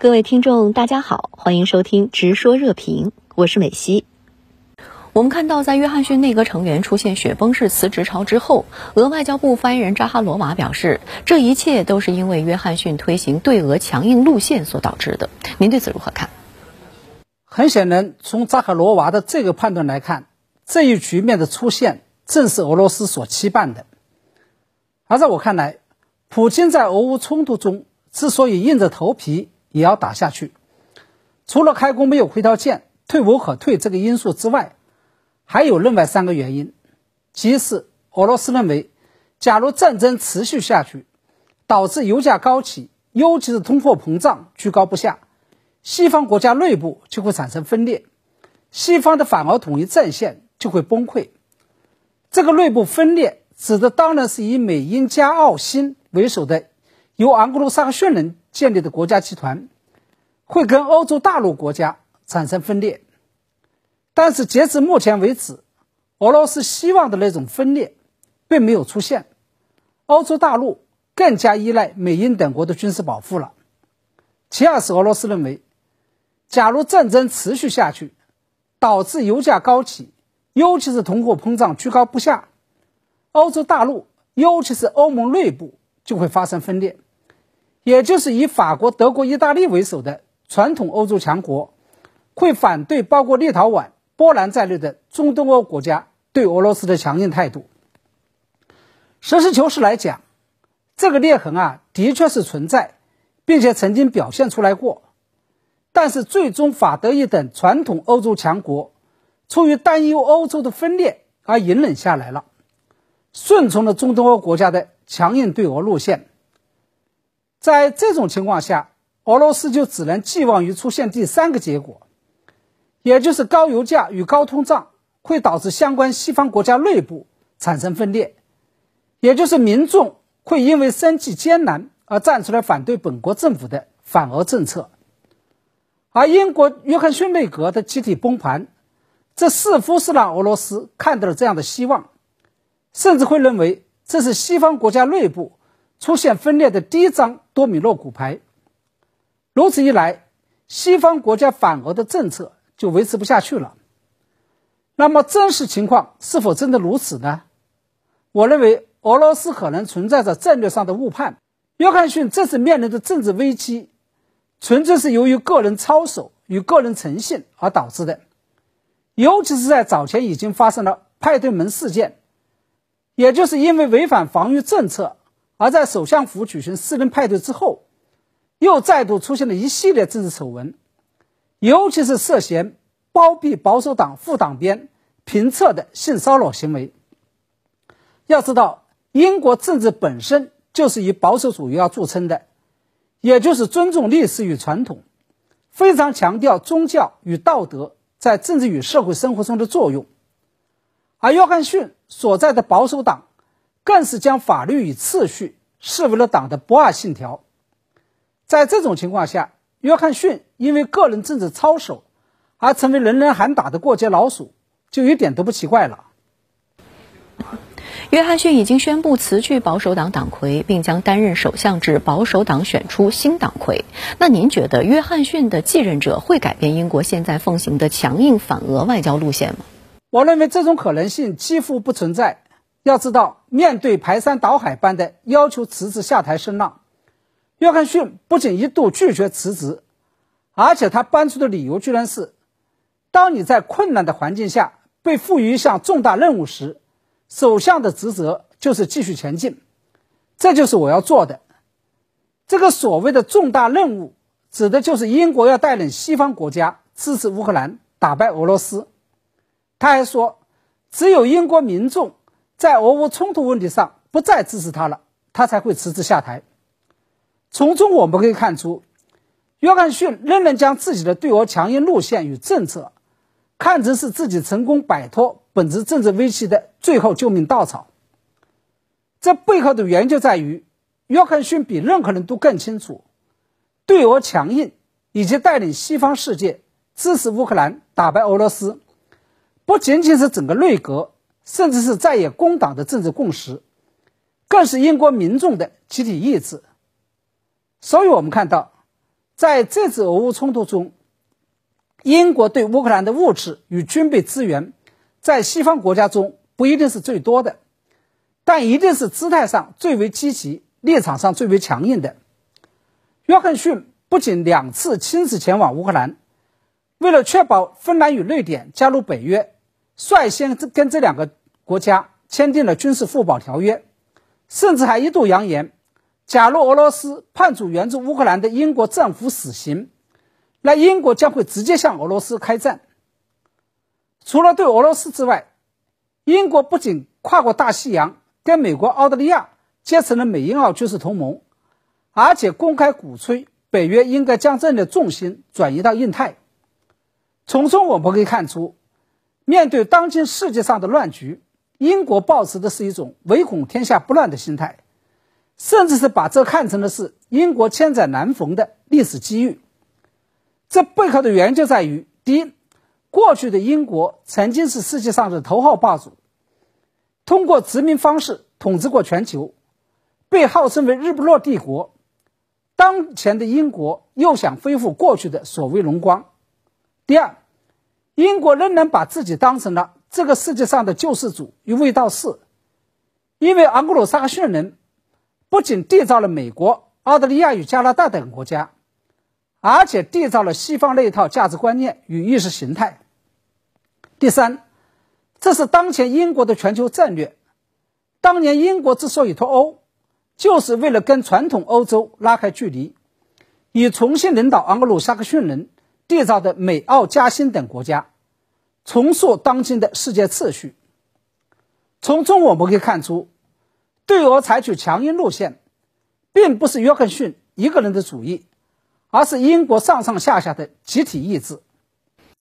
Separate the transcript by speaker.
Speaker 1: 各位听众大家好，欢迎收听直说热评，我是美西。我们看到，在约翰逊内阁成员出现雪崩式辞职潮之后，俄外交部发言人扎哈罗娃表示，这一切都是因为约翰逊推行对俄强硬路线所导致的。您对此如何看？
Speaker 2: 很显然，从扎哈罗娃的这个判断来看，这一局面的出现正是俄罗斯所期盼的。而在我看来，普京在俄乌冲突中之所以硬着头皮也要打下去，除了开弓没有回条件，退无可退这个因素之外，还有另外3个原因。即是俄罗斯认为，假如战争持续下去，导致油价高企，尤其是通货膨胀居高不下，西方国家内部就会产生分裂，西方的反俄统一战线就会崩溃。这个内部分裂指的当然是以美英加澳新为首的由昂格鲁萨克逊人建立的国家集团，会跟欧洲大陆国家产生分裂。但是截至目前为止，俄罗斯希望的那种分裂并没有出现，欧洲大陆更加依赖美英等国的军事保护了。其二是俄罗斯认为，假如战争持续下去，导致油价高企，尤其是通货膨胀居高不下，欧洲大陆尤其是欧盟内部就会发生分裂，也就是以法国、德国、意大利为首的传统欧洲强国会反对包括立陶宛、波兰在内的中东欧国家对俄罗斯的强硬态度。实事求是来讲，这个裂痕的确是存在，并且曾经表现出来过，但是最终法德意等传统欧洲强国出于担忧欧洲的分裂而隐忍下来了，顺从了中东欧国家的强硬对俄路线。在这种情况下，俄罗斯就只能寄望于出现第3个结果，也就是高油价与高通胀会导致相关西方国家内部产生分裂，也就是民众会因为生计艰难而站出来反对本国政府的反俄政策。而英国约翰逊内阁的集体崩盘，这似乎是让俄罗斯看到了这样的希望，甚至会认为这是西方国家内部出现分裂的第一张多米诺骨牌。如此一来，西方国家反俄的政策就维持不下去了。那么真实情况是否真的如此呢？我认为俄罗斯可能存在着战略上的误判，约翰逊这次面临的政治危机纯粹是由于个人操守与个人诚信而导致的，尤其是在早前已经发生了派对门事件，也就是因为违反防御政策而在首相府举行私人派对之后，又再度出现了一系列政治丑闻，尤其是涉嫌包庇保守党副党鞭评测的性骚扰行为。要知道，英国政治本身就是以保守主义而著称的，也就是尊重历史与传统，非常强调宗教与道德在政治与社会生活中的作用。而约翰逊所在的保守党更是将法律与秩序视为了党的不二信条。在这种情况下，约翰逊因为个人政治操守而成为人人喊打的过街老鼠，就一点都不奇怪了。
Speaker 1: 约翰逊已经宣布辞去保守党党魁，并将担任首相至保守党选出新党魁。那您觉得约翰逊的继任者会改变英国现在奉行的强硬反俄外交路线吗？
Speaker 2: 我认为这种可能性几乎不存在。要知道，面对排山倒海般的要求辞职下台声浪，约翰逊不仅一度拒绝辞职，而且他搬出的理由居然是，当你在困难的环境下被赋予一项重大任务时，首相的职责就是继续前进，这就是我要做的。这个所谓的重大任务指的就是英国要带领西方国家支持乌克兰打败俄罗斯。他还说，只有英国民众在俄乌冲突问题上不再支持他了，他才会辞职下台。从中我们可以看出，约翰逊仍然将自己的对俄强硬路线与政策看成是自己成功摆脱本质政治危机的最后救命稻草。这背后的原因就在于，约翰逊比任何人都更清楚，对俄强硬以及带领西方世界支持乌克兰打败俄罗斯，不仅仅是整个内阁甚至是在野工党的政治共识，更是英国民众的集体意志。所以我们看到， 在这次俄乌冲突中，英国对乌克兰的物质与军备资源在西方国家中不一定是最多的，但一定是姿态上最为积极，立场上最为强硬的。约翰逊不仅2次亲自前往乌克兰，为了确保芬兰与瑞典加入北约，率先跟这2个国家签订了军事互保条约，甚至还一度扬言，假如俄罗斯判处援助乌克兰的英国政府死刑，那英国将会直接向俄罗斯开战。除了对俄罗斯之外，英国不仅跨过大西洋跟美国、澳大利亚结成了美英澳军事同盟，而且公开鼓吹北约应该将政的重心转移到印太。从中我们可以看出，面对当今世界上的乱局，英国抱持的是一种唯恐天下不乱的心态，甚至是把这看成的是英国千载难逢的历史机遇。这背后的原因就在于，第一，过去的英国曾经是世界上的头号霸主，通过殖民方式统治过全球，被号称为日不落帝国。当前的英国又想恢复过去的所谓荣光。第二，英国仍然把自己当成了这个世界上的救世主与卫道士，因为盎格鲁撒克逊人不仅缔造了美国、澳大利亚与加拿大等国家，而且缔造了西方那一套价值观念与意识形态。第三，这是当前英国的全球战略。当年英国之所以脱欧，就是为了跟传统欧洲拉开距离，以重新领导盎格鲁撒克逊人缔造的美、澳、加、新等国家，重塑当今的世界秩序。从中我们可以看出，对俄采取强硬路线，并不是约翰逊一个人的主意，而是英国上上下下的集体意志。